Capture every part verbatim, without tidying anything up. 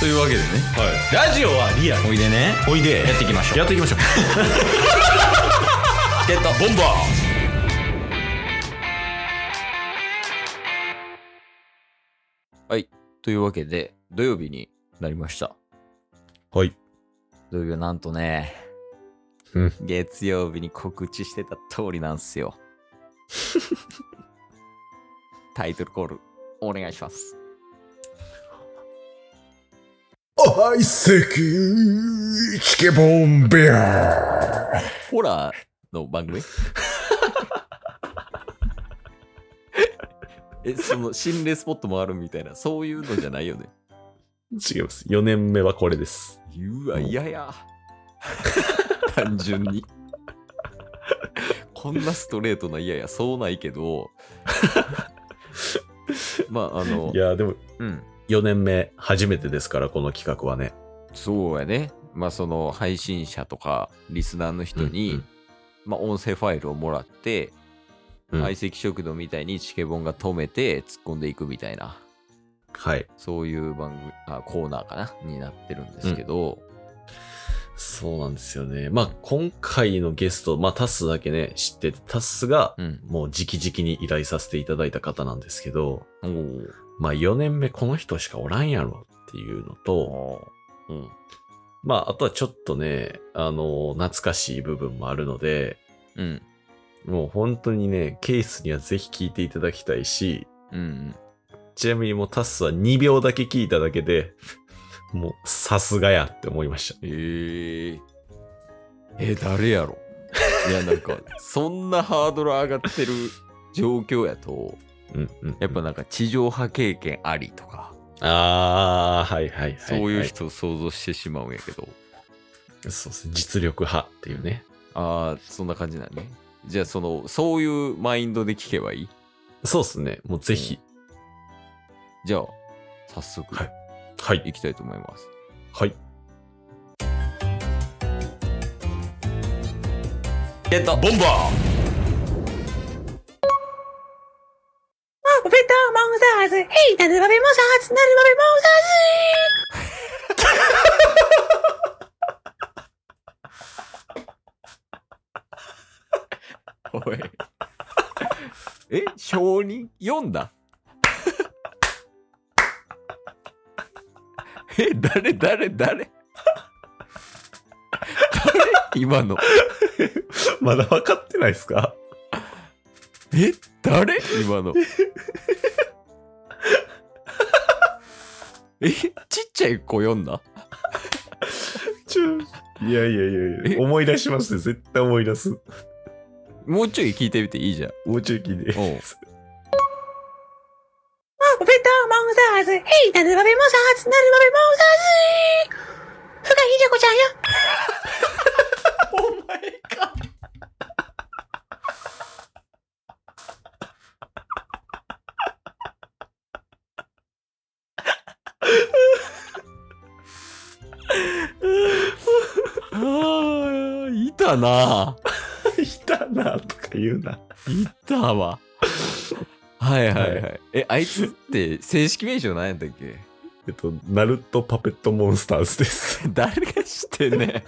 というわけでね、 はい、ラジオはリアル。 おいでね、 おいでやっていきましょう。 やっていきましょうチケットボンバー。はい、というわけで土曜日になりました。 はい。 土曜日はなんとね、 うん、 月曜日に告知してた通りなんすよ。タイトルコールお願いします。 相席チケボンベアホラーの番組え、その心霊スポットもあるみたいな、そういうのじゃないよね。 違います。よねんめはこれです。 うわ、いやや。単純に。こんなストレートな、いやいや、そうないけど。まあ、あの。 いや、でも、 うん。 よねんめ初めてですから、この企画はね。 そうやね。まあ、その配信者とかリスナーの人に、うんうん、まあ、音声ファイルをもらって、うん、相席食堂みたいにチケボンが止めて突っ込んでいくみたいな。 はい。 そういう番組、あ、コーナーかなになってるんですけど、うん、 そうなんですよね。まあ、今回のゲスト、まあ、タスだけね、知ってて、タスが、もう直々に依頼させていただいた方なんですけど、うん、まあ、よねんめこの人しかおらんやろっていうのと、うん、まあ、あとはちょっとね、あの、懐かしい部分もあるので、うん、もう本当にね、ケースにはぜひ聞いていただきたいし、うん、ちなみにもうタスはにびょうだけ聞いただけで、もうさすがやって思いました。 えー、えー、誰やろ。いやなんかそんなハードル上がってる状況やと、うんうんうん、やっぱなんか地上波経験ありとか、 ああはいはいはい、はい、 そういう人を想像してしまうんやけど、 そうですね、実力派っていうね。 ああそんな感じなんね。じゃあそのそういうマインドで聞けばいい？ そうですね、もうぜひ、うん、 じゃあ早速、はいはい、行きたいと思います。 はい。 ゲットボンバー。 ベターモンサーズ、ヘイナルバベモサーズ、ナルバベモサーズ。おい。え、証人読んだ？え、誰誰誰誰今の。 まだ分かってないですか？ え、誰今の。え、ちっちゃい子読んだ？ ちょ、いやいやいやいや、思い出しますね。絶対思い出す。 もうちょい聞いてみていいじゃん。 もうちょい聞いて。おう。 ベターモンサーズ、ヘイナルバベモサーズ、ナルバベモサーズ。ふがひでこちゃんよ。 お前か。ああ、いたな。 いたなとか言うな。 いたわ。はいはいはい。はい、え、あいつって正式名称何やったっけ？ えっと、ナルトパペットモンスターズです。 誰が知ってんねん。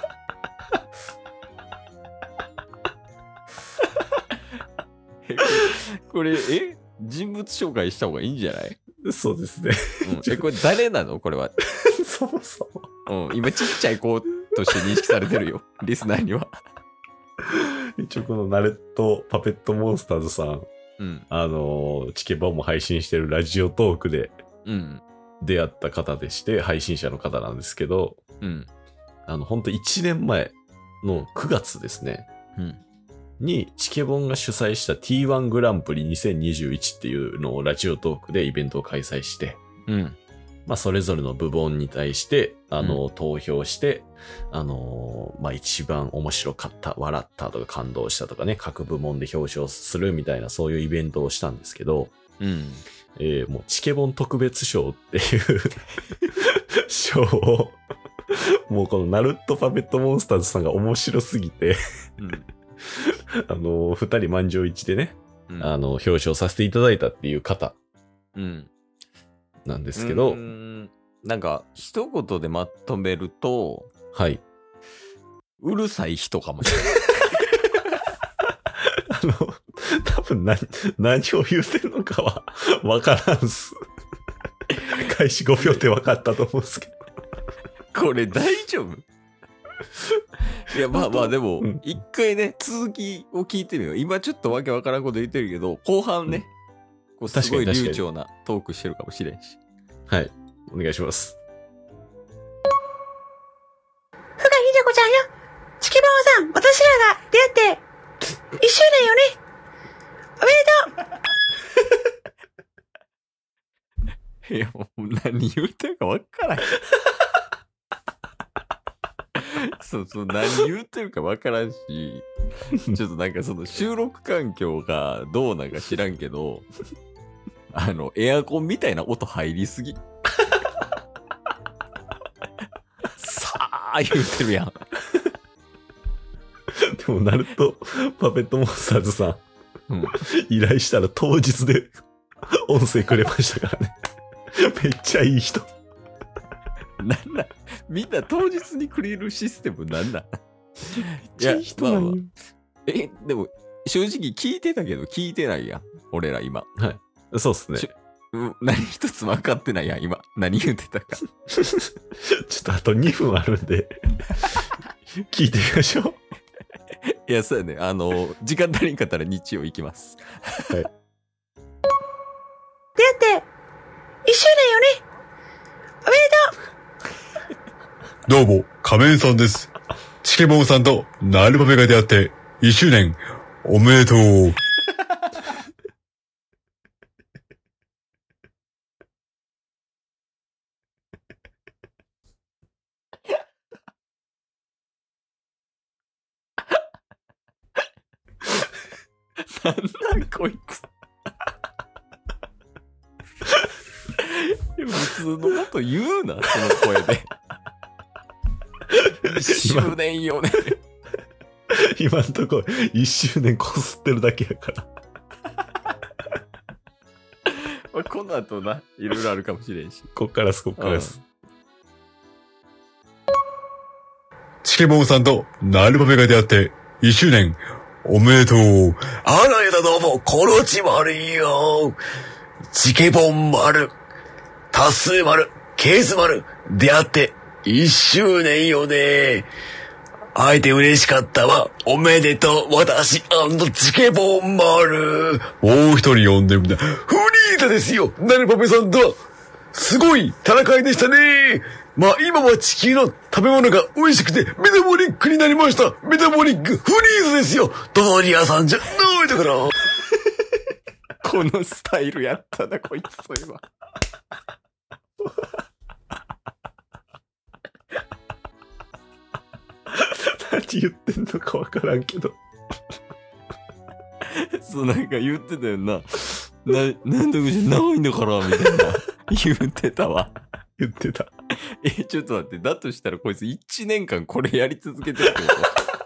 これ、え人物紹介した方がいいんじゃない？ そうですね。 うん、え、これ誰なのこれは。 そもそも。うん、今ちっちゃい子として認識されてるよ。リスナーには。 一応このナルトパペットモンスターズさん、うん、あのー、チケボンも配信してるラジオトークで出会った方でして、配信者の方なんですけど、うん、あの、ほんといちねんまえのくがつですね、うん、にチケボンが主催した ティーワン グランプリにせんにじゅういちっていうのをラジオトークでイベントを開催して、うん、まあそれぞれの部門に対して、あの、うん、投票して、あのー、まあ一番面白かった、笑ったとか感動したとかね、各部門で表彰するみたいなそういうイベントをしたんですけど、うん、えー、もうチケボン特別賞っていう賞を、もうこのナルトパペットモンスターズさんが面白すぎて、うん、あのー、二人満場一致でね、うん、あの、表彰させていただいたっていう方、うん、なんですけど、 なんか、一言でまとめると、 はい。 うるさい人かもしれない。 あの、多分何、何を言うてるのかはわからんす。開始ごびょうで分かったと思うんですけど。 これ大丈夫？いや、まあまあでも、一、うん、回ね、続きを聞いてみよう。今ちょっとわけわからんこと言ってるけど、後半ね、うん、こうすごい流暢なトークしてるかもしれんし。 はい。お願いします。 ふがひでこちゃんよ。チケボンさん、私らが出会っていっしゅうねんよね。おめでとう。いや、もう何言ってるかわからん。そうそう、何言ってるかわからんし、ちょっとなんかその収録環境がどうなんか知らんけど、あの、エアコンみたいな音入りすぎ。さあ言ってるやん。 でも、ナルトパペットモンスターズさん、うん、依頼したら当日で音声くれましたからね。めっちゃいい人。 なんだ、みんな当日にくれるシステムなんだ。 めっちゃいい人なんよ。まあまあ、 え、でも、正直聞いてたけど聞いてないやん。俺ら今。 はい。そうっすね。 何一つ分かってないやん、今。何言ってたか。ちょっとあとにふんあるんで、聞いてみましょう。 いや、そうやね。あの、時間足りんかったら日曜行きます。はい。 出会っていっしゅうねんよね。おめでとう。どうも、仮面さんです。チケボンさんとナルパペが出会っていっしゅうねんおめでとう。 なんなんこいつ。普通のこと言うな、その声で。いっしゅうねんよね。 今んとこいっしゅうねんこすってるだけやから。 まあ、この後な、いろいろあるかもしれんし。 こっからす、こっからです。 チケボンさんとナルパペが出会っていっしゅうねんおめでとう。 あらやだどうも、コロチ丸よ。チケボン丸、タス丸、ケース丸、出会っていっしゅうねんよね。会えて嬉しかったわ。おめでとう。私、チケボン丸。 もう一人呼んでみた。 フリータですよ。ナルパペさんとは。すごい戦いでしたね。まあ今は地球の食べ物が美味しくてメタボリックになりました。メタボリックフリーズですよ。ドドリアさんじゃないだから。 このスタイルやったな、こいつ、そういえば。 何言ってんのかわからんけど。 そう、なんか言ってたよな。な、なんでじゃないんだから、みたいな。言ってたわ。 言ってた。 え、ちょっと待って。だとしたらこいついちねんかんこれやり続けてるってこと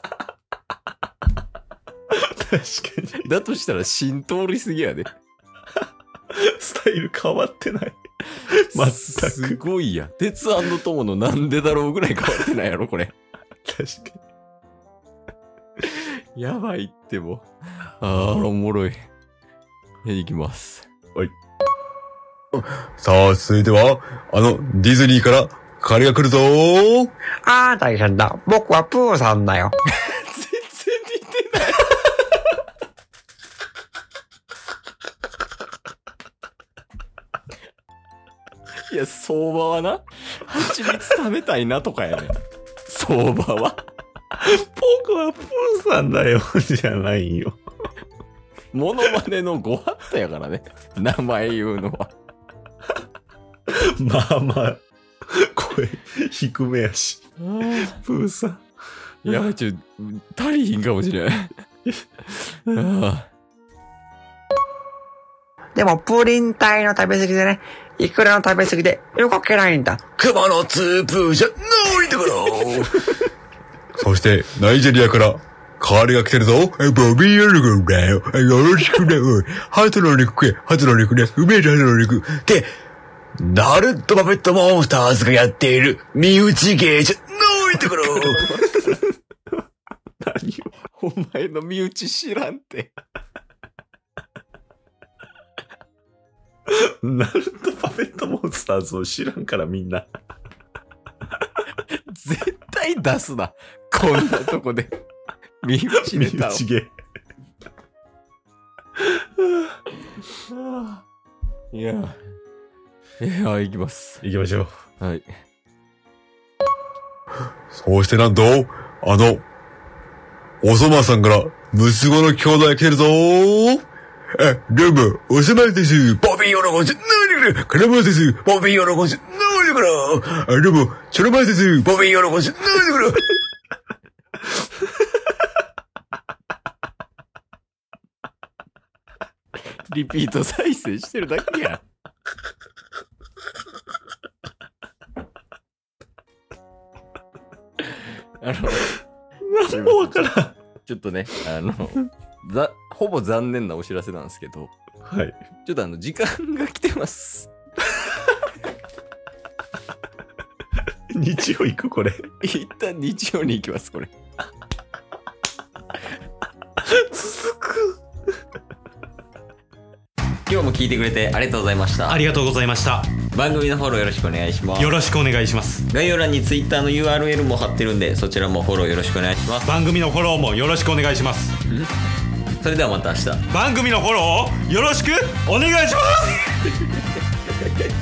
確かに。 だとしたら芯通りすぎやで。 スタイル変わってない。全く。 すごいや。鉄&友のなんでだろうぐらい変わってないやろ、これ。 確かに。やばいっても。ああ、おもろい。いきます。 はい。 さあ、続いては、あの、ディズニーからカレーが来るぞー。 ああ、大変だ。僕はプーさんだよ。 全然似てない。いや、相場はな、蜂蜜食べたいなとかやねん。相場は。 僕はプーさんだよ、じゃないよ。 モノマネのご法度やからね。名前言うのは。 まあまあ、声低めやし。プーさん。 いや、ちょ、足りひんかもしれん。 でも、プリン体の食べ過ぎでね、イクラの食べ過ぎで動けないんだ。 熊のツープーじゃないんだから。 そして、ナイジェリアから、カレーが来てるぞ。ボビーヨルゴンだよ。よろしくね。ハトの肉食え。ハトの肉ね。うめえハトの肉。 で、 ナルトパペットモンスターズがやっている身内芸じゃないところ。 何をお前の身内知らんて。 ナルトパペットモンスターズを知らんからみんな。 絶対出すな。こんなとこで。身内ネタを。身内芸。いや。いや、行きます。 行きましょう。はい。 そうしてなんと、あの、おそまさんから、息子の兄弟が来てるぞー。え、どうも、おそまです。 ボビーヨロゴンジュ、なにこれ、 カラマです。 ボビーヨロゴンジュ、なにこれ。 あ、どうも、チョロマです。 ボビーヨロゴンジュ、なにこれ。 リピート再生してるだけやん。あの、 何もわからん。 ちょっとね、あの、ざ、ほぼ残念なお知らせなんですけど、 はい。 ちょっとあの、時間が来てます。 日曜行くこれ。 一旦日曜に行きます、これ。 続く。 今日も聞いてくれてありがとうございました。 ありがとうございました。 番組のフォローよろしくお願いします。 よろしくお願いします。 概要欄に Twitter の ユーアールエル も貼ってるんで、そちらもフォローよろしくお願いします。 番組のフォローもよろしくお願いします。 それではまた明日。 番組のフォローをよろしくお願いします。